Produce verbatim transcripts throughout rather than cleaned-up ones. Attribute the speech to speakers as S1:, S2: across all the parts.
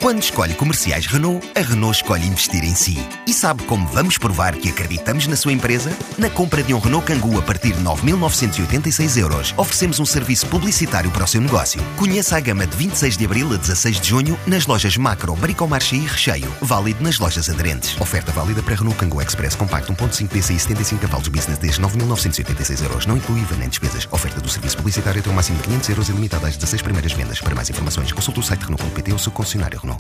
S1: Quando escolhe comerciais Renault, a Renault escolhe investir em si. E sabe como vamos provar que acreditamos na sua empresa? Na compra de um Renault Kangoo a partir de nove mil novecentos e oitenta e seis euros, oferecemos um serviço publicitário para o seu negócio. Conheça a gama de vinte e seis de abril a dezasseis de junho nas lojas Macro, Bricomarché e Recheio. Válido nas lojas aderentes. Oferta válida para Renault Kangoo Express Compacto um ponto cinco D C I setenta e cinco cavalos Business desde nove mil novecentos e oitenta e seis euros. Não inclui I V A nem despesas. Oferta do serviço publicitário até o máximo de quinhentos euros e limitada às dezasseis primeiras vendas. Para mais informações, consulte o site Renault ponto pt ou o seu concessionário Renault.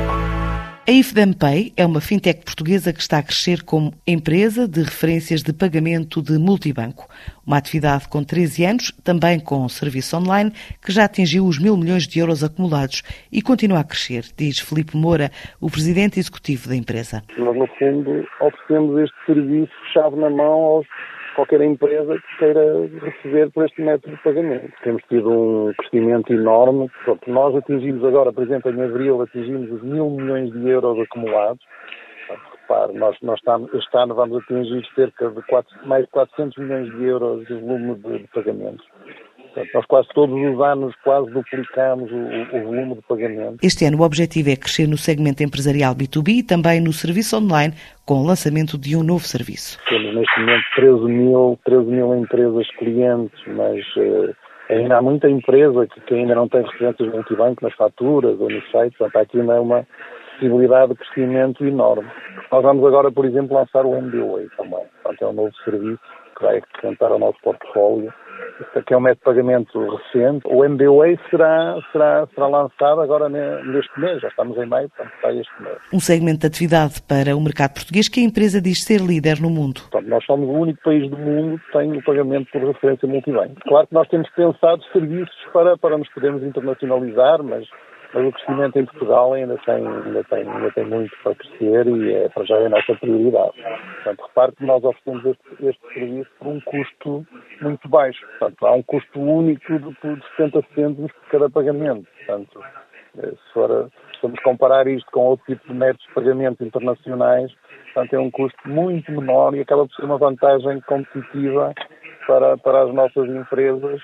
S2: A IFDAMPay é uma fintech portuguesa que está a crescer como empresa de referências de pagamento de multibanco. Uma atividade com treze anos, também com serviço online, que já atingiu os mil milhões de euros acumulados e continua a crescer, diz Filipe Moura, o presidente executivo da empresa.
S3: Nós, no fundo, oferecemos este serviço chave na mão aos qualquer empresa que queira receber por este método de pagamento. Temos tido um crescimento enorme. Pronto, nós atingimos agora, por exemplo, em abril, atingimos os mil milhões de euros acumulados. Repare, nós, nós estamos, este ano vamos atingir cerca de quatro, mais de quatrocentos milhões de euros de volume de, de pagamentos. Portanto, nós quase todos os anos quase duplicamos o, o volume de pagamento.
S2: Este ano o objetivo é crescer no segmento empresarial B dois B e também no serviço online, com o lançamento de um novo serviço.
S3: Temos neste momento treze mil, treze mil empresas clientes, mas uh, ainda há muita empresa que, que ainda não tem referências de multibanco nas faturas ou nos sites. Portanto, aqui ainda é uma possibilidade de crescimento enorme. Nós vamos agora, por exemplo, lançar o M B W A também. Portanto, é um novo serviço que vai acrescentar ao nosso portfólio. Este aqui é um método de pagamento recente. O M B W A será, será, será lançado agora neste mês. Já estamos em maio, portanto está este mês.
S2: Um segmento de atividade para o mercado português que a empresa diz ser líder no mundo.
S3: Portanto, nós somos o único país do mundo que tem o pagamento por referência multibanco. Claro que nós temos pensado serviços para, para nos podermos internacionalizar, mas... Mas o crescimento em Portugal ainda tem, ainda, tem, ainda tem muito para crescer e é, para já é a nossa prioridade. Portanto, repare que nós oferecemos este, este serviço por um custo muito baixo. Portanto, há um custo único de, de setenta cêntimos por cada pagamento. Portanto, se, for, se formos comparar isto com outro tipo de métodos de pagamento internacionais, portanto, é um custo muito menor e acaba por ser uma vantagem competitiva para, para as nossas empresas.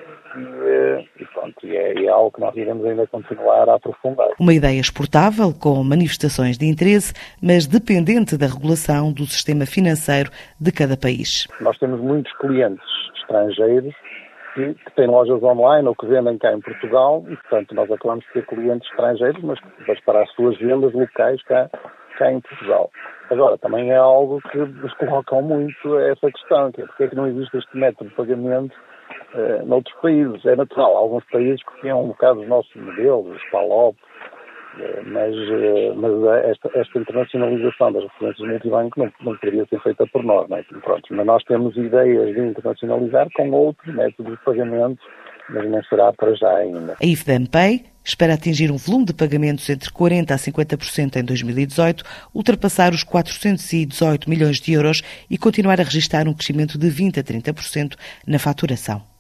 S3: E, e, pronto, e, é, e é algo que nós iremos ainda continuar a aprofundar.
S2: Uma ideia exportável, com manifestações de interesse, mas dependente da regulação do sistema financeiro de cada país. Nós
S3: temos muitos clientes estrangeiros que, que têm lojas online ou que vendem cá em Portugal e, portanto, nós acabamos de ter clientes estrangeiros, mas, mas para as suas vendas locais cá, cá em Portugal. Agora, também é algo que nos colocam muito essa questão, que é porque é que não existe este método de pagamento Uh, noutros países. É natural, alguns países copiam um bocado os nossos modelos, os PALOP, uh, mas, uh, mas esta, esta internacionalização das referências multibanco não, não poderia ser feita por nós. Não é? Pronto, mas nós temos ideias de internacionalizar com outros métodos de pagamento, mas não será para já ainda.
S2: A IFDAMPay espera atingir um volume de pagamentos entre quarenta por cento a cinquenta por cento em dois mil e dezoito, ultrapassar os quatrocentos e dezoito milhões de euros e continuar a registrar um crescimento de vinte a trinta por cento na faturação.